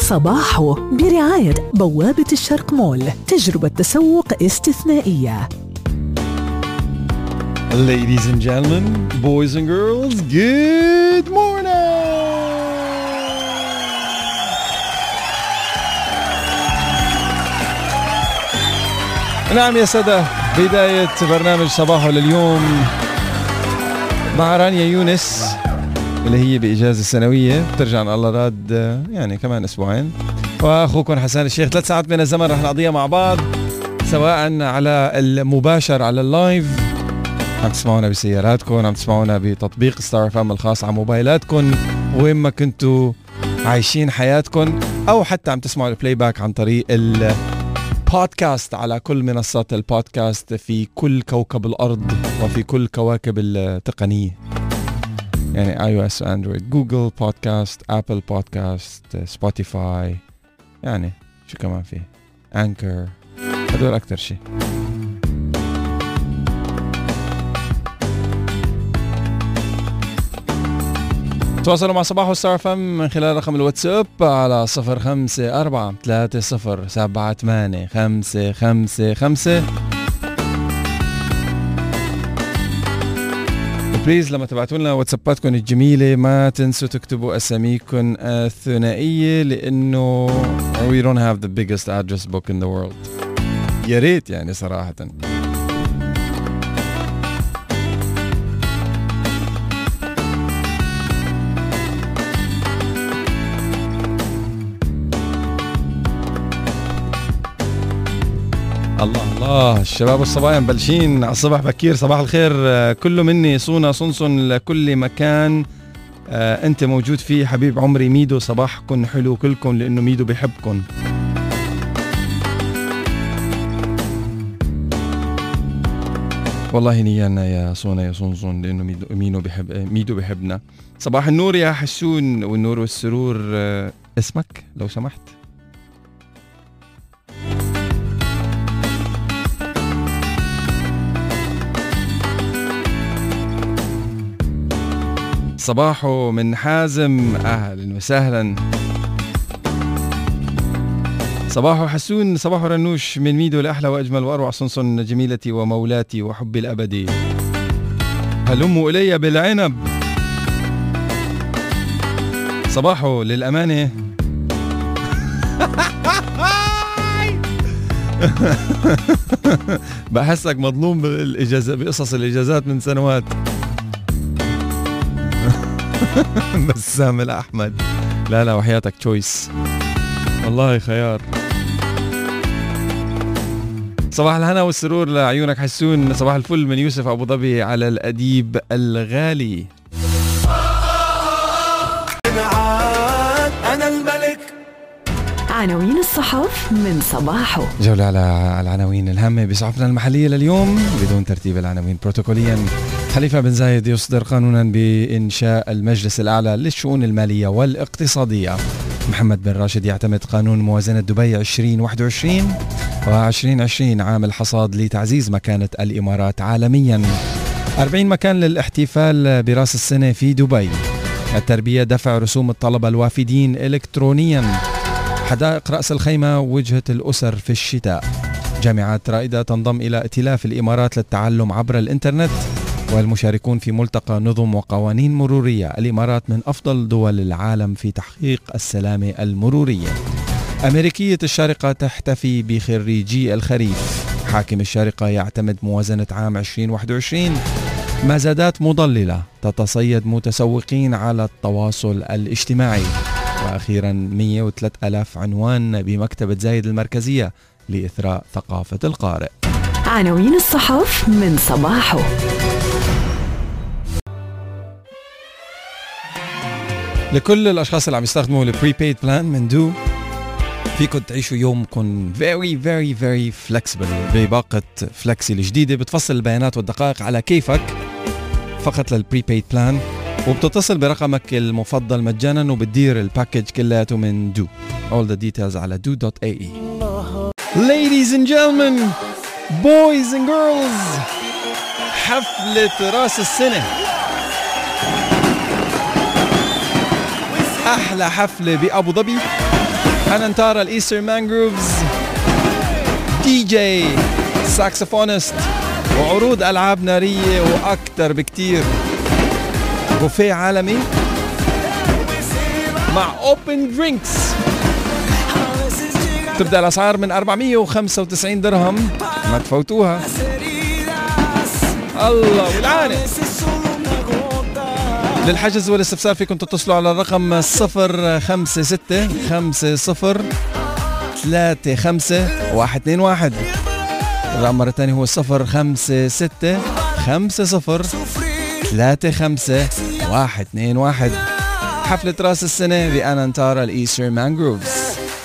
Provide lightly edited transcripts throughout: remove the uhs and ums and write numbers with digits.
صباحو برعاية بوابة الشرق مول، تجربة تسوق استثنائية. Ladies and gentlemen, boys and girls, good morning! نعم يا سادة، بداية برنامج صباحو لليوم مع رانيا يونس اللي هي بإجازة سنوية، بترجع إن الله راد يعني كمان أسبوعين، وأخوكم حسان الشيخ. 3 ساعات من الزمن رح نقضيها مع بعض، سواء على المباشر على اللايف، عم تسمعونا بسياراتكم، عم تسمعونا بتطبيق ستار فام الخاص على موبايلاتكم وين ما كنتوا عايشين حياتكم، أو حتى عم تسمعوا البلاي باك عن طريق البودكاست على كل منصات البودكاست في كل كوكب الأرض وفي كل كواكب التقنية، يعني iOS واندرويد، جوجل بودكاست، ابل بودكاست، سبوتيفاي، يعني شو كمان فيه، انكر، هدول اكتر شيء. تواصلوا مع صباحو ستار فم من خلال رقم الواتساب على 0543307855. بليز لما تبعتوا لنا واتساباتكم الجميلة ما تنسوا تكتبوا أساميكم الثنائية، لأنه we don't have the biggest address book in the world. يا ريت يعني صراحة. الله الشباب والصبايا مبلشين على الصبح بكير. صباح الخير كله مني صونا صنصن لكل مكان انت موجود فيه حبيب عمري ميدو. صباحكم حلو كلكم لانه ميدو بيحبكم. والله نيانا يا صونا يا صنصن لانه ميدو بيحبنا. صباح النور يا حسون والنور والسرور. اسمك لو سمحت؟ صباحو من حازم، أهلا وسهلا. صباحو حسون، صباحو رنوش من ميدو لأحلى وأجمل وأروع صنصن جميلتي ومولاتي وحبي الأبدي. هلموا إلي بالعنب. صباحو للأمانة بحسك مظلوم بالإجازة، بقصص الإجازات من سنوات. بسام الأحمد، لا وحياتك تشويس والله خيار. صباح الهنا والسرور لعيونك حسون. صباح الفل من يوسف أبو ظبي على الأديب الغالي. أنا الملك. عناوين الصحف من صباحو. جولة على العناوين الهامة بصحفنا المحلية لليوم بدون ترتيب العناوين بروتوكوليا. خليفة بن زايد يصدر قانونا بإنشاء المجلس الأعلى للشؤون المالية والاقتصادية. محمد بن راشد يعتمد قانون موازنة دبي 2021 و2020 عام الحصاد لتعزيز مكانة الإمارات عالميا. 40 مكان للاحتفال برأس السنة في دبي. التربية دفع رسوم الطلبة الوافدين إلكترونيا. حدائق رأس الخيمة وجهة الأسر في الشتاء. جامعات رائدة تنضم إلى ائتلاف الإمارات للتعلم عبر الإنترنت. والمشاركون في ملتقى نظم وقوانين مرورية. الإمارات من أفضل دول العالم في تحقيق السلامة المرورية. أمريكية الشارقة تحتفي بخريجي الخريف. حاكم الشارقة يعتمد موازنة عام 2021. مزادات مضللة تتصيد متسوقين على التواصل الاجتماعي. وأخيرا 103,000 عنوان بمكتبة زايد المركزية لإثراء ثقافة القارئ. عناوين الصحف من صباحو. لكل الأشخاص اللي عم يستخدموا البريبيد بلان من دو، فيكم تعيشوا يومكم very flexible بباقة فلكسي الجديدة. بتفصل البيانات والدقائق على كيفك فقط للبريبيد بلان، وبتتصل برقمك المفضل مجانا، وبتدير الباكج كلياته من دو. All the details على do.ae. Ladies and gentlemen, boys and girls، حفلة راس السنة، أحلى حفلة بأبو ظبي أنانتارا الإيستر مانجروفز، دي جي، ساكسفونست، وعروض ألعاب نارية وأكتر بكتير. بوفيه عالمي مع اوبن درينكس. تبدأ الأسعار من 495 درهم، ما تفوتوها. الله والعانة. للحجز والاستفسار فيكم تتصلوا على الرقم 056-50-35-121. الرقم مرة تانية هو 056-50-35-121. حفلة راس السنة بأنانتارا الإيستر مانجروفز.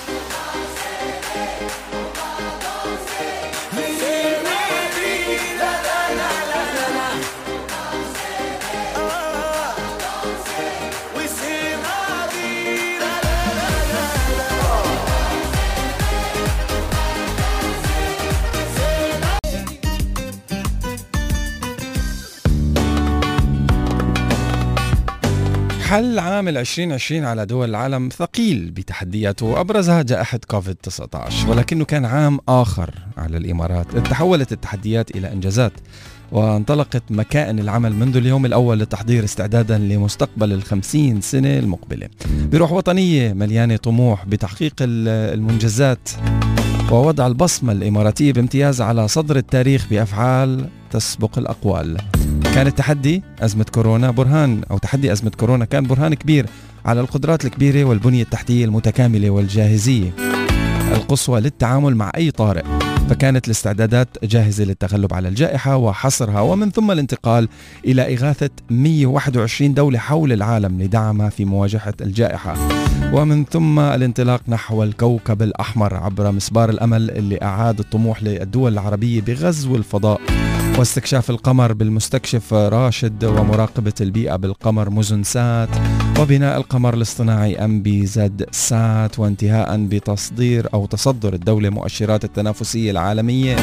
حل عام 2020 على دول العالم ثقيل بتحدياته، وأبرزها جائحة كوفيد-19، ولكنه كان عام آخر على الإمارات. تحولت التحديات إلى إنجازات، وانطلقت مكائن العمل منذ اليوم الأول للتحضير استعدادا لمستقبل 50 سنة المقبلة بروح وطنية مليانة طموح بتحقيق المنجزات ووضع البصمة الإماراتية بامتياز على صدر التاريخ بأفعال تسبق الأقوال. كان التحدي أزمة كورونا تحدي أزمة كورونا كان برهان كبير على القدرات الكبيرة والبنية التحتية المتكاملة والجاهزية القصوى للتعامل مع أي طارئ. فكانت الاستعدادات جاهزة للتغلب على الجائحة وحصرها، ومن ثم الانتقال إلى إغاثة 121 دولة حول العالم لدعمها في مواجهة الجائحة، ومن ثم الانطلاق نحو الكوكب الأحمر عبر مسبار الأمل اللي أعاد الطموح للدول العربية بغزو الفضاء واستكشاف القمر بالمستكشف راشد، ومراقبة البيئة بالقمر مزنسات، وبناء القمر الاصطناعي MBZ سات، وانتهاء تصدر الدولة مؤشرات التنافسية العالمية.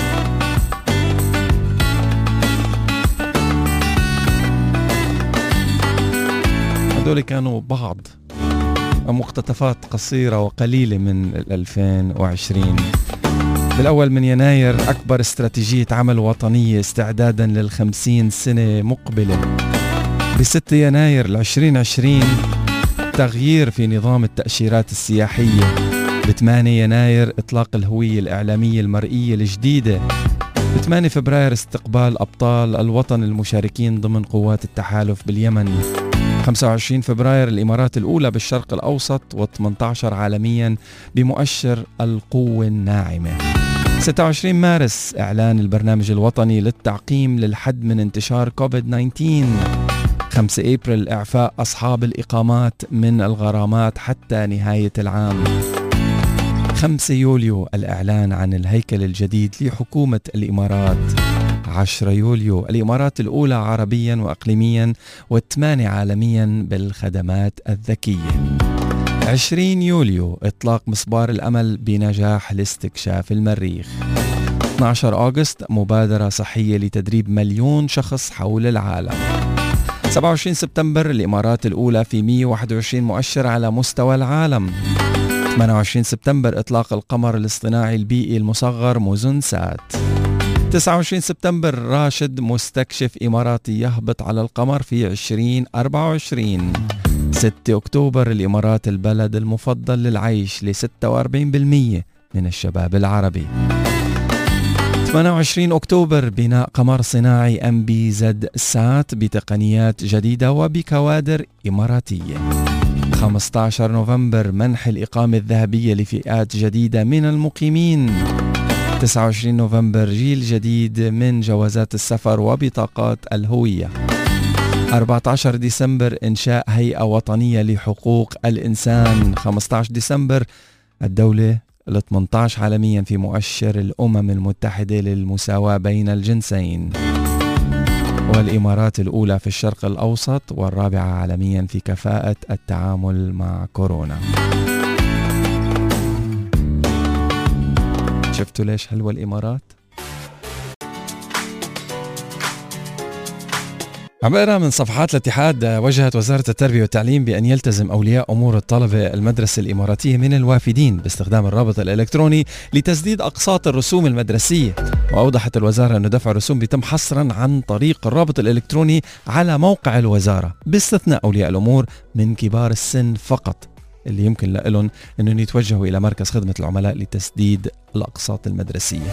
هذول كانوا بعض مقتطفات قصيرة وقليلة من 2020. بالأول من يناير أكبر استراتيجية عمل وطنية استعدادا لل50 سنة مقبلة. ب6 يناير 2020 تغيير في نظام التأشيرات السياحية. ب8 يناير إطلاق الهوية الإعلامية المرئية الجديدة. ب8 فبراير استقبال أبطال الوطن المشاركين ضمن قوات التحالف باليمن. 25 فبراير الإمارات الأولى بالشرق الأوسط، و18 عالميا بمؤشر القوة الناعمة. 26 مارس إعلان البرنامج الوطني للتعقيم للحد من انتشار كوفيد-19. 5 أبريل إعفاء أصحاب الإقامات من الغرامات حتى نهاية العام. 5 يوليو الإعلان عن الهيكل الجديد لحكومة الإمارات. 10 يوليو الإمارات الأولى عربيا وأقليميا، و8 عالميا بالخدمات الذكية. 20 يوليو إطلاق مسبار الأمل بنجاح لاستكشاف المريخ. 12 أغسطس مبادرة صحية لتدريب 1,000,000 شخص حول العالم. 27 سبتمبر الإمارات الأولى في 121 مؤشر على مستوى العالم. 28 سبتمبر إطلاق القمر الاصطناعي البيئي المصغر مزنسات. 29 سبتمبر راشد مستكشف إماراتي يهبط على القمر في 2024. 6 أكتوبر الإمارات البلد المفضل للعيش ل46% من الشباب العربي. 28 أكتوبر بناء قمر صناعي MBZ سات بتقنيات جديدة وبكوادر إماراتية. 15 نوفمبر منح الإقامة الذهبية لفئات جديدة من المقيمين. 29 نوفمبر جيل جديد من جوازات السفر وبطاقات الهوية. 14 ديسمبر إنشاء هيئة وطنية لحقوق الإنسان. 15 ديسمبر الدولة ال18 عالميا في مؤشر الأمم المتحدة للمساواة بين الجنسين، والإمارات الأولى في الشرق الأوسط، والرابعة عالميا في كفاءة التعامل مع كورونا. شفتوا ليش حلوة الإمارات؟ عم بقرا من صفحات الاتحاد، وجهت وزارة التربية والتعليم بأن يلتزم أولياء أمور الطلبة المدرسة الإماراتية من الوافدين باستخدام الرابط الإلكتروني لتسديد أقساط الرسوم المدرسية. وأوضحت الوزارة أن دفع الرسوم بيتم حصرا عن طريق الرابط الإلكتروني على موقع الوزارة، باستثناء أولياء الأمور من كبار السن فقط اللي يمكن لهم أنهم يتوجهوا إلى مركز خدمة العملاء لتسديد الأقساط المدرسية.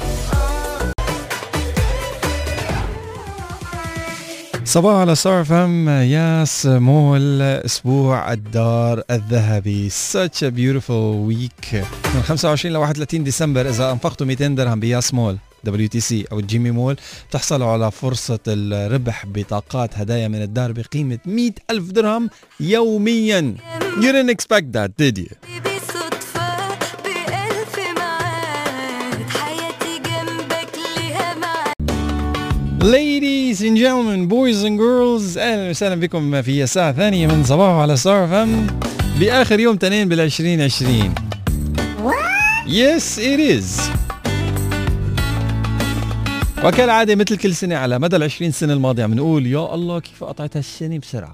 صباح على ستار اف ام. ياس مول اسبوع الدار الذهبي. such a beautiful week من 25 ل 31 ديسمبر. اذا انفقتوا 200 درهم بياس مول WTC او الجيمي مول تحصلوا على فرصة الربح بطاقات هدايا من الدار بقيمة 100,000 درهم يوميا. You didn't expect that, did you? Ladies and gentlemen, boys and girls, اهلا وسهلا بكم في الساعة الثانية من صباح على ستار اف ام باخر يوم تنين بال2020. Yes it is. وكالعادة مثل كل سنة على مدى ال20 سنة الماضية عم نقول يا الله كيف قطعت هالسنة بسرعة.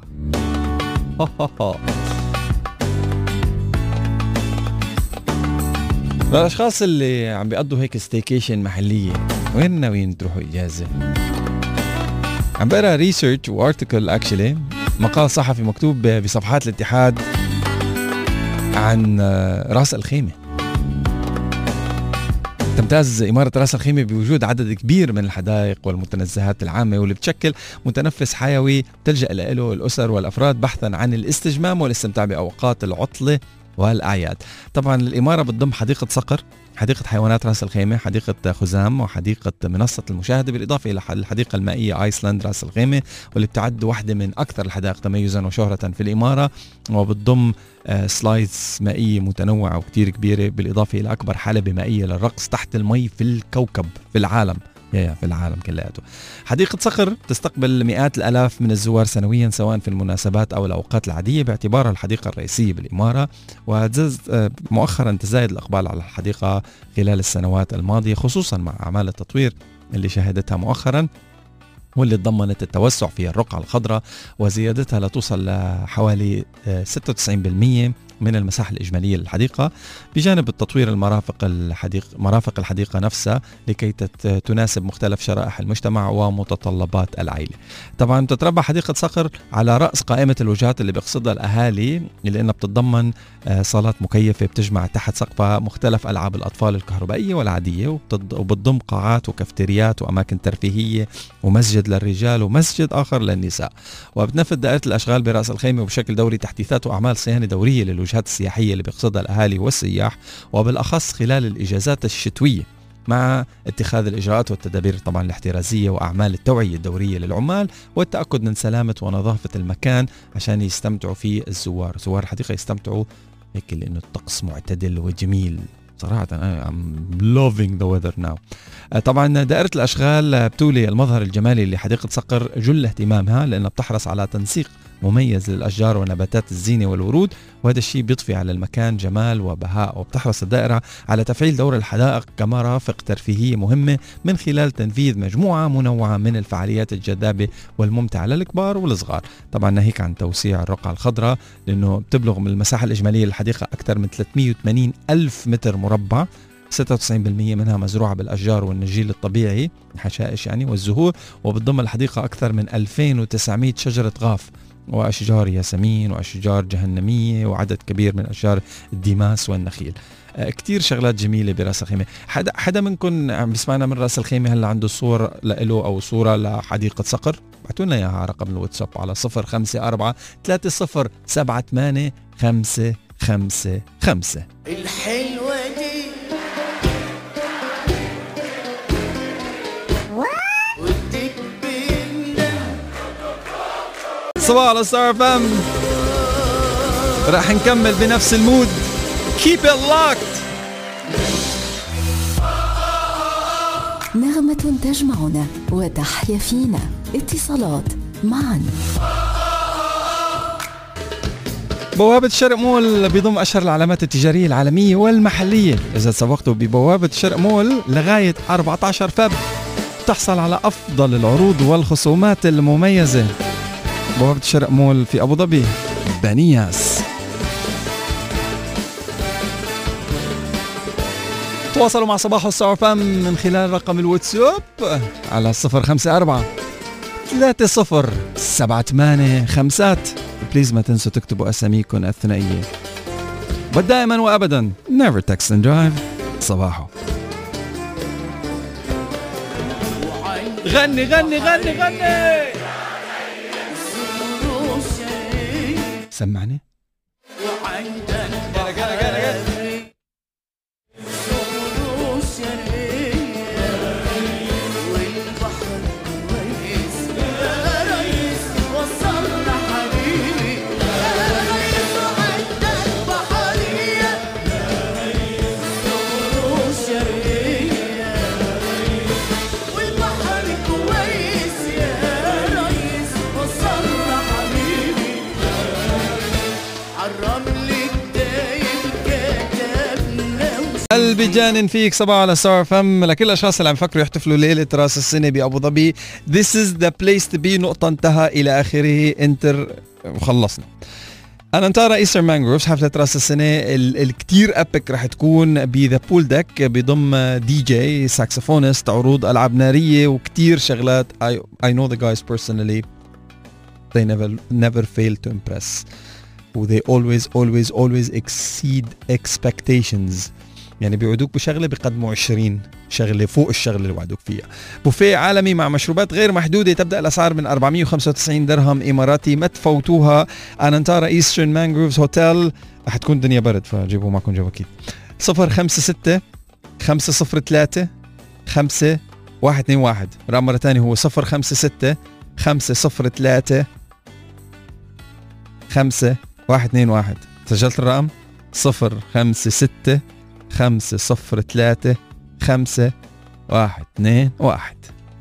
للأشخاص اللي عم بيقضوا هيك ستيكيشن محلية، وين ناويين تروحوا إجازة؟ عم بقرا ريسيرش وارتكل اكشلي، مقال صحفي مكتوب بصفحات الاتحاد عن راس الخيمة. تمتاز إمارة راس الخيمة بوجود عدد كبير من الحدائق والمتنزهات العامة، واللي بتشكل متنفس حيوي تلجأ له الأسر والأفراد بحثا عن الاستجمام والاستمتاع بأوقات العطلة والأعياد. طبعا الإمارة بتضم حديقة صقر، حديقة حيوانات راس الخيمة، حديقة خزام، وحديقة منصة المشاهدة، بالإضافة إلى الحديقة المائية آيسلاند راس الخيمة، واللي بتعد واحدة من أكثر الحدائق تميزا وشهرة في الإمارة، وبتضم سلايدز مائية متنوعة وكتير كبيرة، بالإضافة إلى أكبر حلبة مائية للرقص تحت المي في الكوكب في العالم، في العالم كلياته. حديقة صقر تستقبل مئات الآلاف من الزوار سنويا سواء في المناسبات أو الأوقات العادية، باعتبارها الحديقة الرئيسية بالإمارة. مؤخرا تزايد الإقبال على الحديقة خلال السنوات الماضية، خصوصا مع أعمال التطوير اللي شهدتها مؤخرا، واللي تضمنت التوسع في الرقعة الخضراء وزيادتها لتوصل لحوالي 96% من المساحة الإجمالية للحديقة، بجانب التطوير مرافق الحديقة نفسها لكي تناسب مختلف شرائح المجتمع ومتطلبات العائلة. طبعا تتربع حديقة صقر على رأس قائمة الوجهات اللي بيقصدها الأهالي، لأنها بتتضمن صالات مكيفة بتجمع تحت سقفها مختلف ألعاب الأطفال الكهربائية والعادية، وبتضم قاعات وكافتريات وأماكن ترفيهية ومسجد للرجال ومسجد آخر للنساء. وبتنفذ دائرة الأشغال برأس الخيمة بشكل دوري تحديثات وأعمال صيانة دورية للوجهات السياحية اللي بيقصدها الأهالي والسياح، وبالأخص خلال الإجازات الشتوية، مع اتخاذ الإجراءات والتدابير طبعا الاحترازية وأعمال التوعية الدورية للعمال والتأكد من سلامة ونظافة المكان عشان يستمتعوا فيه الزوار. زوار الحديقة يستمتعوا هيك لأنه الطقس معتدل وجميل صراحة. I'm loving the weather now. طبعا دائرة الأشغال بتولي المظهر الجمالي لحديقة صقر جل اهتمامها، لأنها بتحرص على تنسيق مميز للأشجار ونباتات الزينة والورود، وهذا الشيء بيضفي على المكان جمال وبهاء. وبتحرص الدائرة على تفعيل دور الحدائق كمرافق ترفيهية مهمة من خلال تنفيذ مجموعة منوعة من الفعاليات الجذابة والممتعة للكبار والصغار. طبعا ناهيك عن توسيع الرقعة الخضراء، لأنه بتبلغ من المساحة الإجمالية للحديقة أكثر من 380 ألف متر مربع، 96% منها مزروعة بالأشجار والنجيل الطبيعي الحشائش يعني والزهور، وبتضم الحديقة أكثر من 2900 شجرة غاف وأشجار ياسمين وأشجار جهنمية وعدد كبير من أشجار الديماس والنخيل. كتير شغلات جميلة براس الخيمة. حدا منكم عم بيسمعنا من راس الخيمة هلا عنده صور له أو صورة لحديقة صقر؟ بعتولنا إياها على رقم الواتساب على 054-3078-555. الحلوة دي صباح على ستار اف ام. راح نكمل بنفس المود. Keep it locked. نغمة تجمعنا وتحيا فينا، اتصالات معا. بوابة الشرق مول بيضم أشهر العلامات التجارية العالمية والمحلية. إذا تسوقتوا ببوابة الشرق مول لغاية 14 فب تحصل على أفضل العروض والخصومات المميزة. بوابة الشرق مول في أبو ظبي، بنياس. تواصلوا مع صباح الصباح فم من خلال رقم الواتساب على 054-30-78-5. بليز ما تنسوا تكتبوا أساميكم الثنائية. ودائما وأبدا never text and drive. صباحو. غني غني غني غني. سمعني. قلبي جانن فيك صباح على ستار فم. لكل الاشخاص اللي عم يفكروا يحتفلوا ليله راس السنه بابو ظبي، this is the place to be. نقطه انتهى الى اخره. انتر وخلصنا. أنانتارا إيستر مانغروفز حفلة راس السنة الكتير أبك رح تكون بذا بول ديك، بضم دي جي ساكسفونست، عروض ألعاب نارية وكتير شغلات. I know the guys personally, they never fail to impress. they always exceed expectations. يعني بيوعدوك بشغلة بيقدموا 20 شغلة فوق الشغلة اللي وعدوك فيها. بوفيه عالمي مع مشروبات غير محدودة، تبدأ الأسعار من 495 درهم إماراتي. ما تفوتوها. أنانتارا إيسترن مانغروفز هوتيل. رح تكون الدنيا برد فجيبوا معكم جواكيت. 056-503-5121. رقم مرة تانية هو 056-503-5121. سجلت الرقم 056-503-5121.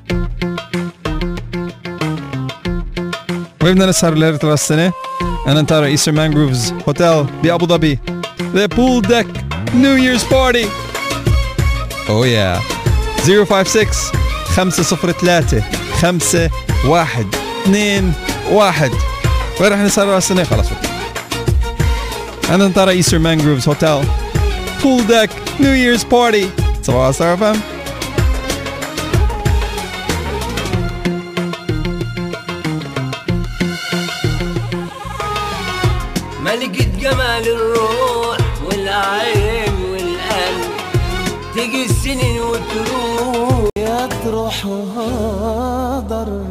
وبدنا نسهر ليلة راس السنة. أنانتارا إيستر مانغروفز هوتيل بأبو ظبي. The Pool Deck New Year's Party. Oh yeah. 056-503-5121. وين رح نسهر راس السنة؟ خلاص أنانتارا إيستر مانغروفز هوتيل Pool Deck New Year's Party. صباح الخير فهم. ملكة جمال الروح والعين والقلب، تيجي السنين وتروح يا تروح وهدر.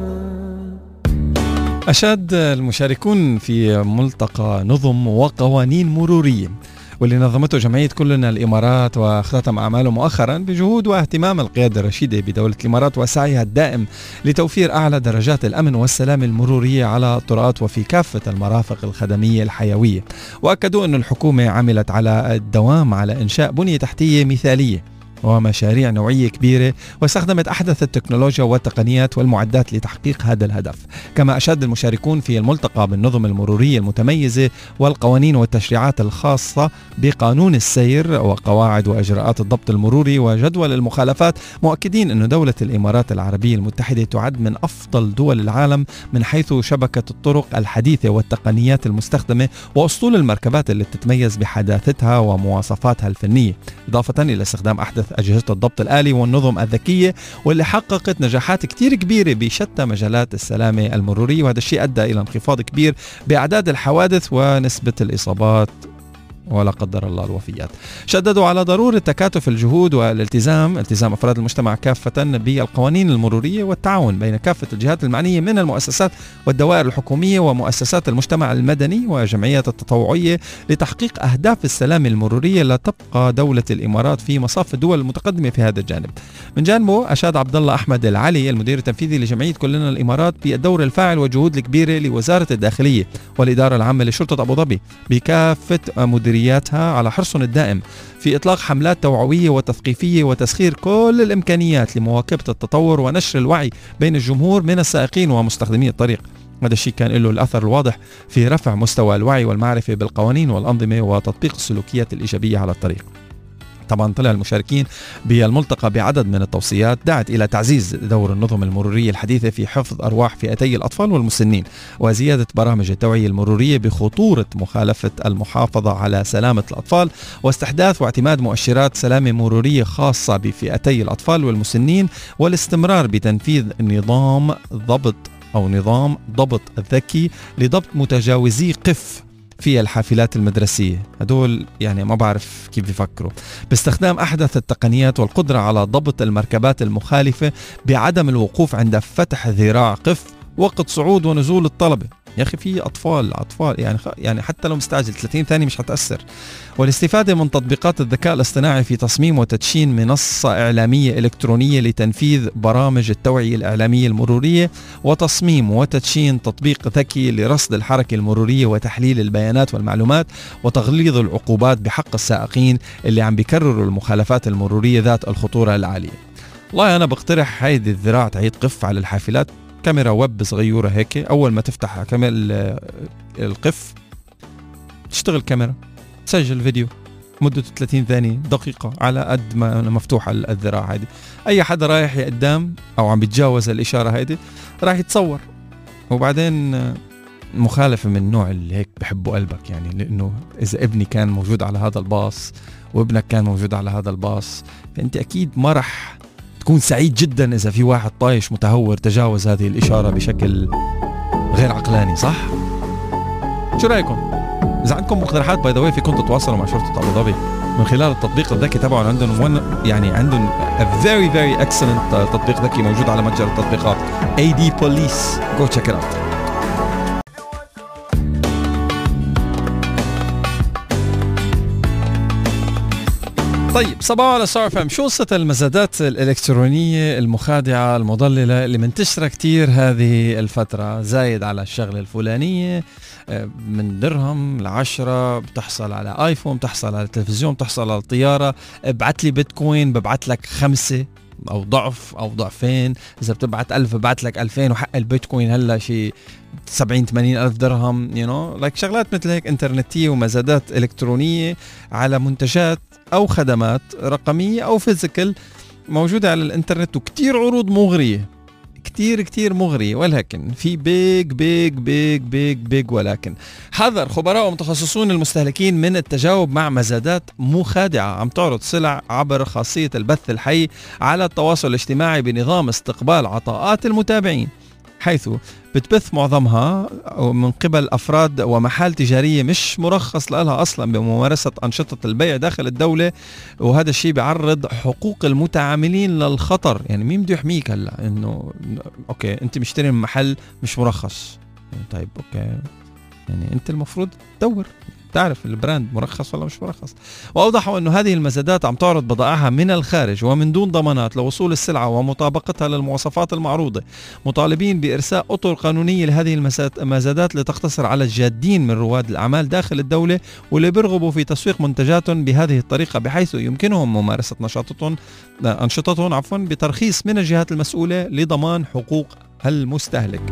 أشاد المشاركون في ملتقى نظم وقوانين مرورية واللي نظمته جمعية كلنا الإمارات واختتم أعماله مؤخرا بجهود واهتمام القيادة الرشيدة بدولة الإمارات وسعيها الدائم لتوفير أعلى درجات الأمن والسلام المرورية على الطرقات وفي كافة المرافق الخدمية الحيوية. وأكدوا أن الحكومة عملت على الدوام على إنشاء بنية تحتية مثالية ومشاريع نوعية كبيرة، واستخدمت أحدث التكنولوجيا والتقنيات والمعدات لتحقيق هذا الهدف. كما أشاد المشاركون في الملتقى بالنظم المرورية المتميزة والقوانين والتشريعات الخاصة بقانون السير وقواعد وإجراءات الضبط المروري وجدول المخالفات، مؤكدين أن دولة الإمارات العربية المتحدة تعد من أفضل دول العالم من حيث شبكة الطرق الحديثة والتقنيات المستخدمة وأسطول المركبات اللي تتميز بحداثتها ومواصفاتها الفنية، إضافة إلى استخدام أحدث أجهزة الضبط الآلي والنظم الذكية واللي حققت نجاحات كتير كبيرة بشتى مجالات السلامة المرورية. وهذا الشيء أدى إلى انخفاض كبير بأعداد الحوادث ونسبة الإصابات ولا قدر الله الوفيات. شددوا على ضرورة تكاتف الجهود والالتزام أفراد المجتمع كافة بالقوانين المرورية والتعاون بين كافة الجهات المعنية من المؤسسات والدوائر الحكومية ومؤسسات المجتمع المدني وجمعيات التطوعية لتحقيق أهداف السلام المرورية لتبقى دولة الإمارات في مصاف الدول المتقدمة في هذا الجانب. من جانبه أشاد عبد الله أحمد العلي المدير التنفيذي لجمعية كلنا الإمارات بالدور الفاعل والجهود الكبيرة لوزارة الداخلية والإدارة العامة لشرطة أبو ظبي بكافة مديرياتها على حرصهم الدائم في إطلاق حملات توعوية وتثقيفية وتسخير كل الإمكانيات لمواكبة التطور ونشر الوعي بين الجمهور من السائقين ومستخدمي الطريق. هذا الشيء كان له الأثر الواضح في رفع مستوى الوعي والمعرفة بالقوانين والأنظمة وتطبيق السلوكيات الإيجابية على الطريق. طبعا طلع المشاركين بالملتقى بعدد من التوصيات دعت إلى تعزيز دور النظم المرورية الحديثة في حفظ أرواح فئتي الأطفال والمسنين، وزيادة برامج التوعية المرورية بخطورة مخالفة المحافظة على سلامة الأطفال، واستحداث واعتماد مؤشرات سلامة مرورية خاصة بفئتي الأطفال والمسنين، والاستمرار بتنفيذ نظام ضبط ذكي لضبط متجاوزي قف في الحافلات المدرسية. هدول يعني ما بعرف كيف بيفكروا، باستخدام أحدث التقنيات والقدرة على ضبط المركبات المخالفة بعدم الوقوف عند فتح ذراع قف وقت صعود ونزول الطلبة. يا أخي في أطفال يعني حتى لو مستعجل 30 ثانية مش هتأثر. والاستفادة من تطبيقات الذكاء الاصطناعي في تصميم وتدشين منصة إعلامية إلكترونية لتنفيذ برامج التوعية الإعلامية المرورية، وتصميم وتدشين تطبيق ذكي لرصد الحركة المرورية وتحليل البيانات والمعلومات، وتغليظ العقوبات بحق السائقين اللي عم بيكرروا المخالفات المرورية ذات الخطورة العالية. والله أنا بقترح هيدي الذراع تعيد قف على الحافلات، كاميرا ويب صغيرة هيك، أول ما تفتح كاميرا القف تشتغل كاميرا تسجل فيديو مدته 30 ثانية دقيقة على قد ما مفتوحة الذراع هيدي. أي حدا رايح قدام أو عم بيتجاوز الإشارة هيدي راح يتصور. وبعدين مخالفة من النوع اللي هيك بحبه قلبك، يعني لأنه إذا ابني كان موجود على هذا الباص وابنك كان موجود على هذا الباص، فأنت أكيد ما رح تكون سعيد جدا إذا في واحد طايش متهور تجاوز هذه الإشارة بشكل غير عقلاني، صح؟ شو رأيكم؟ إذا عندكم مقترحات باي ذا واي فيكم تتواصلوا مع شرطة أبو ظبي من خلال التطبيق الذكي تبعهم. عندهم a very very excellent تطبيق ذكي موجود على متجر التطبيقات AD Police. go check it out. طيب صباح على ستار FM. شو قصة المزادات الإلكترونية المخادعة المضللة اللي منتشرة كتير هذه الفترة؟ زايد على الشغلة الفلانية من درهم ل10، بتحصل على آيفون، بتحصل على التلفزيون، بتحصل على الطيارة، ابعت لي بيتكوين ببعت لك 5 أو ضعف أو ضعفين، إذا بتبعت 1000 ببعت لك 2000، وحق البيتكوين هلا شيء 70-80 ألف درهم. شغلات مثل هيك إنترنتية ومزادات إلكترونية على منتجات أو خدمات رقمية أو فيزيكال موجودة على الإنترنت، وكتير عروض مغرية، كتير مغرية. ولكن في بيج ولكن حذر خبراء ومتخصصون المستهلكين من التجاوب مع مزادات مخادعة عم تعرض سلع عبر خاصية البث الحي على التواصل الاجتماعي بنظام استقبال عطاءات المتابعين، حيث بتبث معظمها من قبل أفراد ومحال تجارية مش مرخص لها أصلا بممارسة أنشطة البيع داخل الدولة. وهذا الشيء بيعرض حقوق المتعاملين للخطر. يعني مين بده يحميك هلا؟ إنه أوكي أنت مشتري من محل مش مرخص، طيب أوكي يعني أنت المفروض تدور تعرف البراند مرخص ولا مش مرخص. وأوضحوا أنه هذه المزادات عم تعرض بضائعها من الخارج ومن دون ضمانات لوصول السلعة ومطابقتها للمواصفات المعروضة، مطالبين بإرساء أطر قانونية لهذه المزادات لتقتصر على الجادين من رواد الأعمال داخل الدولة واللي بيرغبوا في تسويق منتجاتهم بهذه الطريقة، بحيث يمكنهم ممارسة أنشطتهم بترخيص من الجهات المسؤولة لضمان حقوق المستهلك.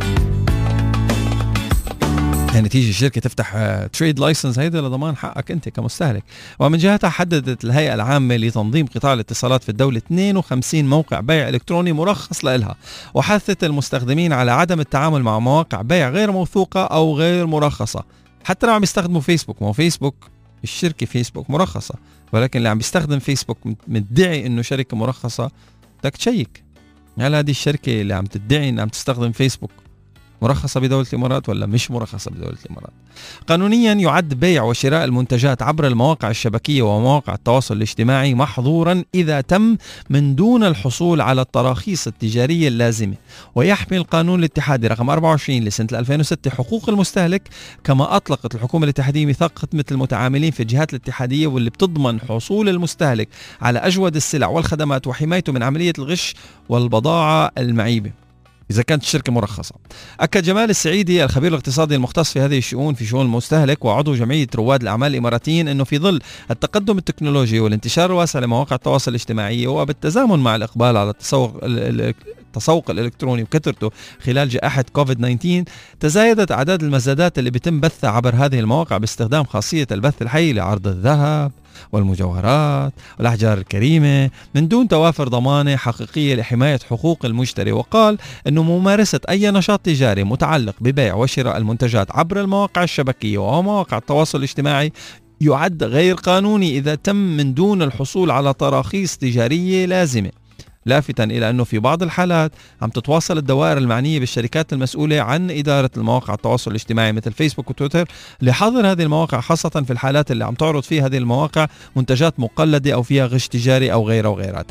يعني تيجي الشركة تفتح تريد لايسنس هيدا لضمان حقك أنت كمستهلك. ومن جهتها حددت الهيئة العامة لتنظيم قطاع الاتصالات في الدولة 52 موقع بيع إلكتروني مرخص لها، وحثت المستخدمين على عدم التعامل مع مواقع بيع غير موثوقة أو غير مرخصة. حتى لو عم يستخدموا فيسبوك، ما هو فيسبوك الشركة فيسبوك مرخصة، ولكن اللي عم بيستخدم فيسبوك مدعي إنه شركة مرخصة، بدك تشيك هل هذه الشركة اللي عم تدعي إنها عم تستخدم فيسبوك مرخصة بدولة الإمارات ولا مش مرخصة بدولة الإمارات. قانونيا يعد بيع وشراء المنتجات عبر المواقع الشبكية ومواقع التواصل الاجتماعي محظورا إذا تم من دون الحصول على التراخيص التجارية اللازمة. ويحمي القانون الاتحادي رقم 24 لسنة 2006 حقوق المستهلك، كما أطلقت الحكومة الاتحادية ميثاق خدمة المتعاملين في الجهات الاتحادية واللي بتضمن حصول المستهلك على أجود السلع والخدمات وحمايته من عملية الغش والبضاعة المعيبة إذا كانت الشركة مرخصة. أكد جمال السعيدي الخبير الاقتصادي المختص في هذه الشؤون في شؤون المستهلك وعضو جمعية رواد الأعمال الإماراتيين أنه في ظل التقدم التكنولوجي والانتشار الواسع لمواقع التواصل الاجتماعي وبالتزامن مع الإقبال على التسوق الإلكتروني وكثرته خلال جائحة كوفيد-19، تزايدت أعداد المزادات اللي بيتم بثها عبر هذه المواقع باستخدام خاصية البث الحي لعرض الذهب والمجوهرات والأحجار الكريمة من دون توافر ضمانة حقيقية لحماية حقوق المشتري. وقال أنه ممارسة أي نشاط تجاري متعلق ببيع وشراء المنتجات عبر المواقع الشبكية ومواقع التواصل الاجتماعي يعد غير قانوني إذا تم من دون الحصول على تراخيص تجارية لازمة، لافتا إلى أنه في بعض الحالات عم تتواصل الدوائر المعنية بالشركات المسؤولة عن إدارة المواقع التواصل الاجتماعي مثل فيسبوك وتويتر لحظر هذه المواقع، خاصة في الحالات اللي عم تعرض فيها هذه المواقع منتجات مقلدة أو فيها غش تجاري أو غيرها وغيراتها.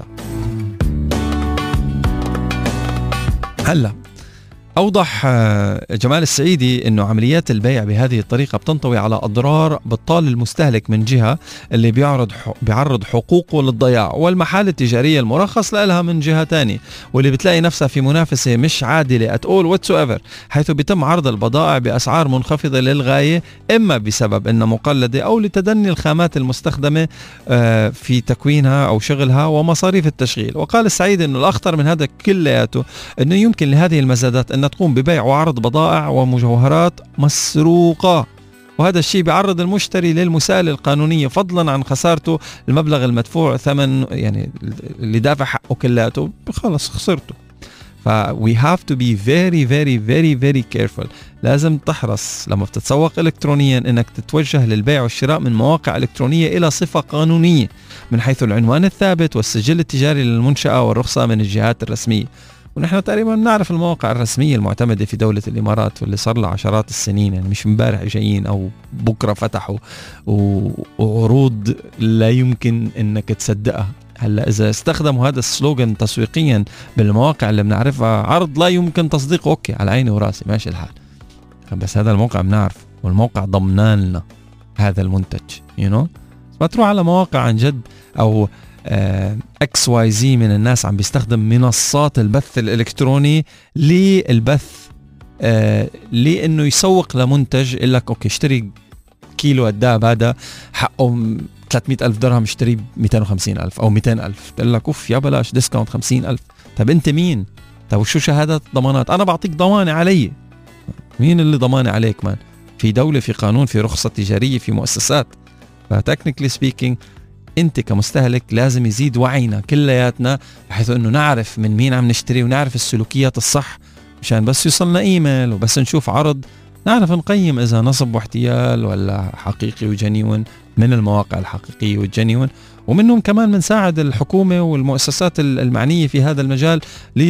هلا أوضح جمال السعيدي أنه عمليات البيع بهذه الطريقة بتنطوي على أضرار بطال المستهلك من جهة اللي بيعرض حقوقه للضياع، والمحال التجارية المرخص لها من جهة تانية، واللي بتلاقي نفسها في منافسة مش عادلة at all whatsoever، حيث بيتم عرض البضائع بأسعار منخفضة للغاية، إما بسبب أنها مقلدة أو لتدني الخامات المستخدمة في تكوينها أو شغلها ومصاريف التشغيل. وقال السعيد أنه الأخطر من هذا كلياته أنه يمكن لهذه المزادات أن تقوم ببيع وعرض بضائع ومجوهرات مسروقة، وهذا الشيء بيعرض المشتري للمساءلة القانونية فضلا عن خسارته المبلغ المدفوع ثمن، يعني اللي دافع حقه كلاته خلص خسرته. we have to be very very very very careful. لازم تحرص لما بتتسوق إلكترونيا أنك تتوجه للبيع والشراء من مواقع إلكترونية إلى صفة قانونية من حيث العنوان الثابت والسجل التجاري للمنشأة والرخصة من الجهات الرسمية. ونحن تقريبا نعرف المواقع الرسمية المعتمدة في دولة الإمارات واللي صار لها عشرات السنين، يعني مش مبارح جايين أو بكرة فتحوا وعروض لا يمكن أنك تصدقها. هلا إذا استخدموا هذا السلوغن تسويقيا بالمواقع اللي بنعرفها عرض لا يمكن تصديقه، أوكي على عيني وراسي ماشي الحال، بس هذا الموقع بنعرف والموقع ضمنان لنا هذا المنتج ما تروح على مواقع عن جد أو XYZ من الناس عم بيستخدم منصات البث الإلكتروني للبث لأنه يسوق لمنتج، يقول لك أوكي اشتري كيلو الدهب هذا حقه 300,000 درهم اشتري ب 250,000 أو 200,000، تقول لك أوف يا بلاش ديسكاونت 50,000. طب أنت مين؟ طب وشو شهادة ضمانات؟ أنا بعطيك ضمانة علي. مين اللي ضمانة عليك مان؟ في دولة، في قانون، في رخصة تجارية، في مؤسسات. فتكنيكلي سبيكينج انت كمستهلك لازم يزيد وعينا كلياتنا بحيث انه نعرف من مين عم نشتري ونعرف السلوكيات الصح، مشان بس يوصلنا ايميل وبس نشوف عرض نعرف نقيم اذا نصب واحتيال ولا حقيقي وجنيون من المواقع الحقيقية والجنيون. ومنهم كمان بنساعد الحكومة والمؤسسات المعنية في هذا المجال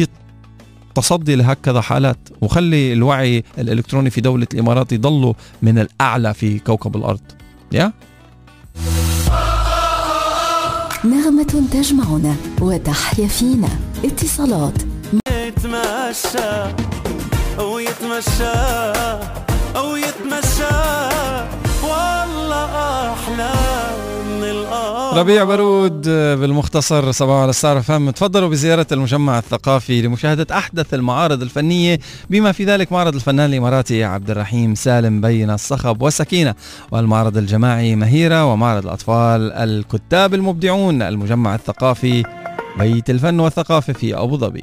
لتصدي لهكذا حالات، وخلي الوعي الإلكتروني في دولة الإمارات يضلوا من الأعلى في كوكب الأرض. نغمة تجمعنا وتحيا فينا. اتصالات يتمشى أو يتمشى أو يتمشى والله أحلى من الأرض. ربيع برود بالمختصر. صباح على ستار اف ام. تفضلوا بزيارة المجمع الثقافي لمشاهدة أحدث المعارض الفنية بما في ذلك معرض الفنان الإماراتي عبد الرحيم سالم بين الصخب وسكينة، والمعرض الجماعي مهيرة، ومعرض الأطفال الكتاب المبدعون. المجمع الثقافي بيت الفن والثقافة في أبو ظبي.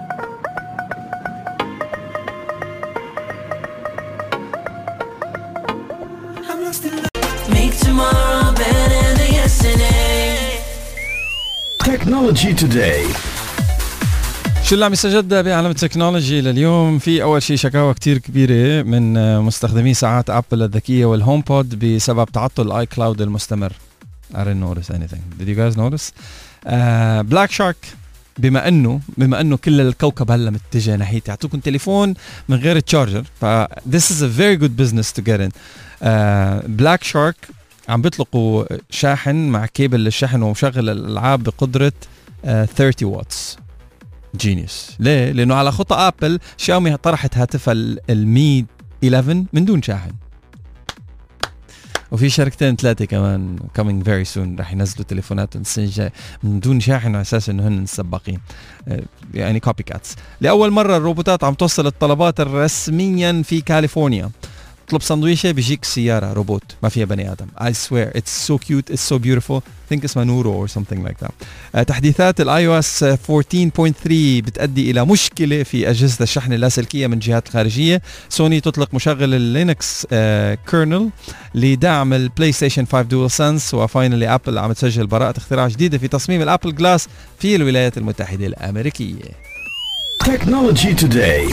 Technology Today. شو اللي عم يستجد بعالم التكنولوجي لليوم؟ في أول شيء شكاوى كتير كبيرة من مستخدمي ساعات أبل الذكية والهوم بود بسبب تعطل الآي كلاود المستمر. I didn't notice anything. Did you guys notice? بلاك شارك بما انه كل الكوكب هلا متجه ناحية يعطوكم تليفون من غير تشارجر، ف this is a very good business to get in. بلاك شارك عم بيطلقوا شاحن مع كيبل للشحن ومشغل الألعاب بقدرة 30 واتس. جينيوس. ليه؟ لأنه على خطى أبل شاومي طرحت هاتفها المي 11 من دون شاحن، وفي شركتين ثلاثة كمان coming very soon رح ينزلوا تليفوناتهم السنة الجاية من دون شاحن على أساس إنه هن السباقين، يعني كوبي كاتس. لأول مرة الروبوتات عم توصل الطلبات رسميا في كاليفورنيا. تطلب سندويشة بيجيك سيارة روبوت ما فيها بني آدم. I swear it's so cute, it's so beautiful. think اسمها نورو or something like that. تحديثات iOS 14.3 بتؤدي إلى مشكلة في أجهزة الشحن اللاسلكية من جهات الخارجية. سوني تطلق مشغل اللينكس كيرنل لدعم البلاي ستيشن 5 دول سنس. وفاينلي أبل عم تسجل براءة اختراع جديدة في تصميم الأبل جلاس في الولايات المتحدة الأمريكية. Technology Today.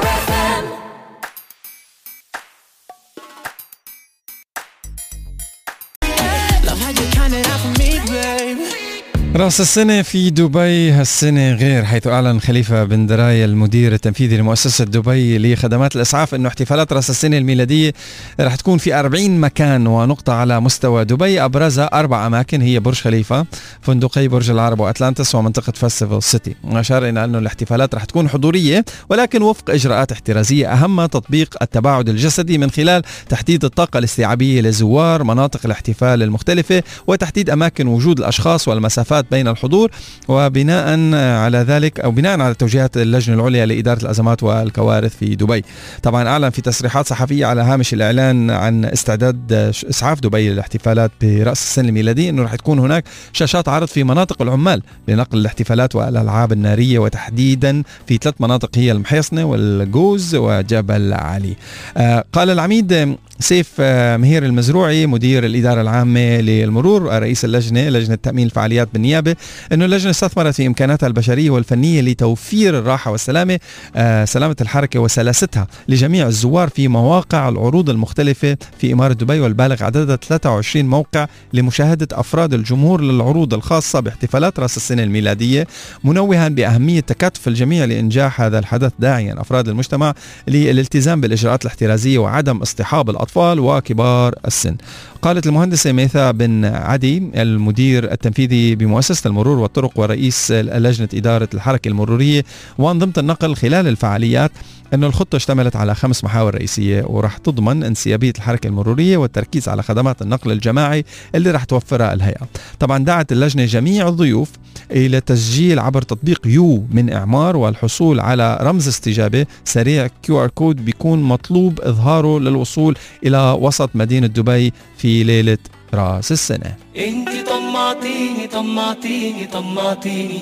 رأس السنة في دبي هالسنة غير، حيث أعلن خليفة بن دراية المدير التنفيذي لمؤسسة دبي لخدمات الإسعاف أنه احتفالات رأس السنة الميلادية رح تكون في 40 مكان ونقطة على مستوى دبي، أبرزها 4 أماكن هي برج خليفة، فندقي برج العرب وأتلانتس، ومنطقة فيستيفال سيتي. وأشار إلى أنه الاحتفالات رح تكون حضورية ولكن وفق إجراءات احترازية، أهمها تطبيق التباعد الجسدي من خلال تحديد الطاقة الاستيعابية لزوار مناطق الاحتفال المختلفة وتحديد أماكن وجود الأشخاص والمسافات بين الحضور. وبناء على ذلك أو بناء على توجيهات اللجنة العليا لإدارة الأزمات والكوارث في دبي. طبعا أعلن في تصريحات صحفية على هامش الإعلان عن استعداد إسعاف دبي للاحتفالات برأس السنة الميلادية أنه رح تكون هناك شاشات عرض في مناطق العمال لنقل الاحتفالات والألعاب النارية، وتحديدا في 3 مناطق هي المحيصنة والجوز وجبل علي. قال العميد سيف مهير المزروعي مدير الإدارة العامة للمرور رئيس لجنة تأمين الفعاليات بالنيابة أنه اللجنة استثمرت في إمكاناتها البشرية والفنية لتوفير الراحة والسلامة سلامة الحركة وسلاستها لجميع الزوار في مواقع العروض المختلفة في إمارة دبي، والبالغ عددها 23 موقع لمشاهدة أفراد الجمهور للعروض الخاصة باحتفالات رأس السنة الميلادية، منوها بأهمية تكاتف الجميع لإنجاح هذا الحدث، داعيا أفراد المجتمع للالتزام بالإجراءات الاحترازية وعدم اصطحاب الأطفال وكبار السن. قالت المهندسة ميثا بن عدي المدير التنفيذي بمؤسسة المرور والطرق ورئيس لجنة إدارة الحركة المرورية وأنظمة النقل خلال الفعاليات أن الخطة اشتملت على 5 محاور رئيسية ورح تضمن انسيابية الحركة المرورية والتركيز على خدمات النقل الجماعي اللي رح توفرها الهيئة. طبعا دعت اللجنة جميع الضيوف إلى تسجيل عبر تطبيق يو من إعمار والحصول على رمز استجابة سريع QR كود بيكون مطلوب إظهاره للوصول إلى وسط مدينة دبي في ليلة رأس السنة. انت طمعتيني طمعتيني طمعتيني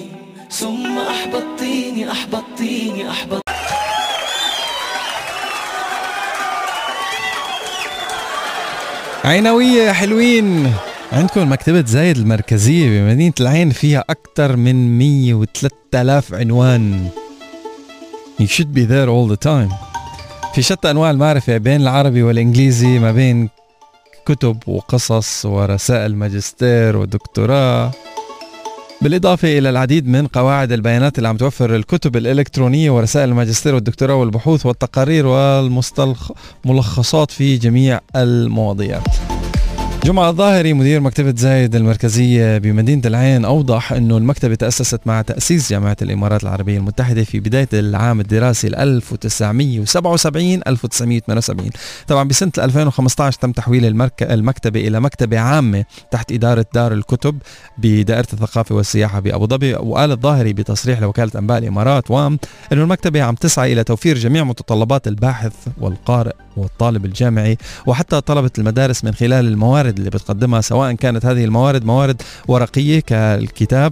ثم أحبطتيني أحبطتيني أحبط. عينوية حلوين، عندكم مكتبة زايد المركزية بمدينة العين فيها أكثر من 103,000 عنوان. You should be there all the time. في شتى أنواع المعرفة بين العربي والإنجليزي، ما بين كتب وقصص ورسائل ماجستير ودكتوراه، بالإضافة إلى العديد من قواعد البيانات اللي عم توفر الكتب الإلكترونية ورسائل الماجستير والدكتوراه والبحوث والتقارير والملخصات في جميع المواضيع. جمعة الظاهري مدير مكتبة زايد المركزية بمدينة العين أوضح أنه المكتبة تأسست مع تأسيس جامعة الإمارات العربية المتحدة في بداية العام الدراسي 1977-1978. طبعا بسنة 2015 تم تحويل المكتبة إلى مكتبة عامة تحت إدارة دار الكتب بدائرة الثقافة والسياحة بأبو ظبي. وقال الظاهري بتصريح لوكالة أنباء الإمارات وام أنه المكتبة عم تسعى إلى توفير جميع متطلبات الباحث والقارئ والطالب الجامعي وحتى طلبة المدارس من خلال الموارد اللي بتقدمها، سواء كانت هذه موارد ورقية كالكتاب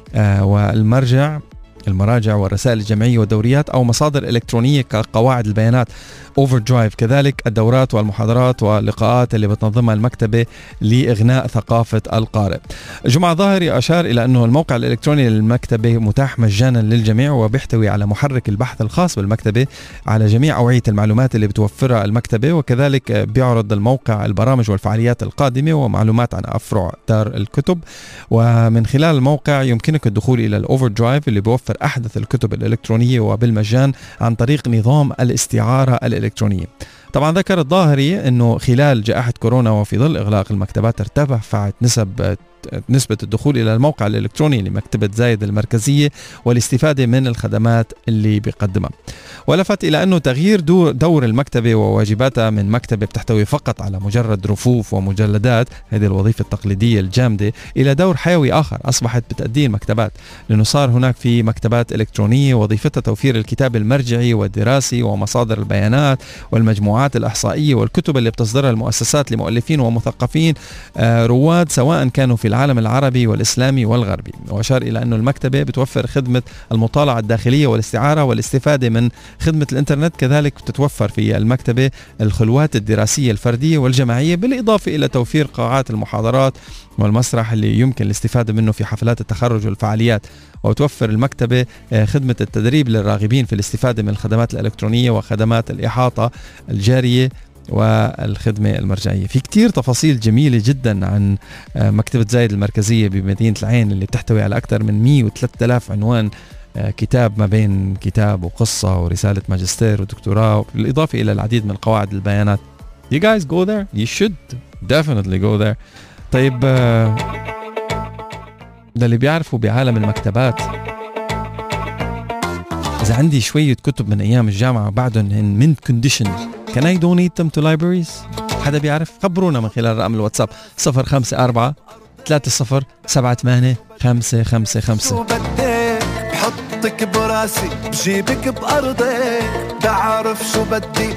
المراجع والرسائل الجمعية والدوريات، أو مصادر إلكترونية كقواعد البيانات Overdrive، كذلك الدورات والمحاضرات واللقاءات اللي بتنظمها المكتبة لإغناء ثقافة القارئ. جمعة ظاهري أشار إلى أنه الموقع الإلكتروني للمكتبة متاح مجانا للجميع وبيحتوي على محرك البحث الخاص بالمكتبة على جميع أوعية المعلومات اللي بتوفرها المكتبة، وكذلك بيعرض الموقع البرامج والفعاليات القادمة ومعلومات عن أفرع دار الكتب. ومن خلال الموقع يمكنك الدخول إلى الأوفردرايف اللي بيوفر أحدث الكتب الإلكترونية وبالمجان عن طريق نظام الاستعارة الإلكترونية. طبعا ذكر الظاهري أنه خلال جائحة كورونا وفي ظل إغلاق المكتبات ارتفعت نسب نسبة الدخول إلى الموقع الإلكتروني لمكتبة زايد المركزية والاستفادة من الخدمات اللي بيقدمها. ولفت إلى أنه تغيير دور المكتبة وواجباتها من مكتبة بتحتوي فقط على مجرد رفوف ومجلدات، هذه الوظيفة التقليدية الجامدة، إلى دور حيوي آخر أصبحت بتأديه المكتبات، لأنه صار هناك في مكتبات إلكترونية وظيفتها توفير الكتاب المرجعي والدراسي ومصادر البيانات والمجموعات الإحصائية والكتب اللي بتصدرها المؤسسات لمؤلفين ومثقفين رواد سواء كانوا في العالم العربي والإسلامي والغربي. وأشار إلى أنه المكتبة بتوفر خدمة المطالعة الداخلية والاستعارة والاستفادة من خدمة الإنترنت. كذلك تتوفر في المكتبة الخلوات الدراسية الفردية والجماعية، بالإضافة إلى توفير قاعات المحاضرات والمسرح اللي يمكن الاستفادة منه في حفلات التخرج والفعاليات. وتوفر المكتبة خدمة التدريب للراغبين في الاستفادة من الخدمات الإلكترونية وخدمات الإحاطة الجارية والخدمة المرجعية. في كتير تفاصيل جميلة جدا عن مكتبة زايد المركزية بمدينة العين اللي بتحتوي على أكثر من 103,000 عنوان كتاب، ما بين كتاب وقصة ورسالة ماجستير ودكتوراه، بالإضافة إلى العديد من قواعد البيانات. You guys go there? You should definitely go there. طيب للي بيعرفوا بعالم المكتبات، إذا عندي شوية كتب من أيام الجامعة بعدهم in mint condition, can I donate them to libraries? حدا بيعرف؟ خبرونا من خلال رقم الواتساب 054 30 78 555. بحطك براسي بجيبك بأرضك، بعرف شو بدي.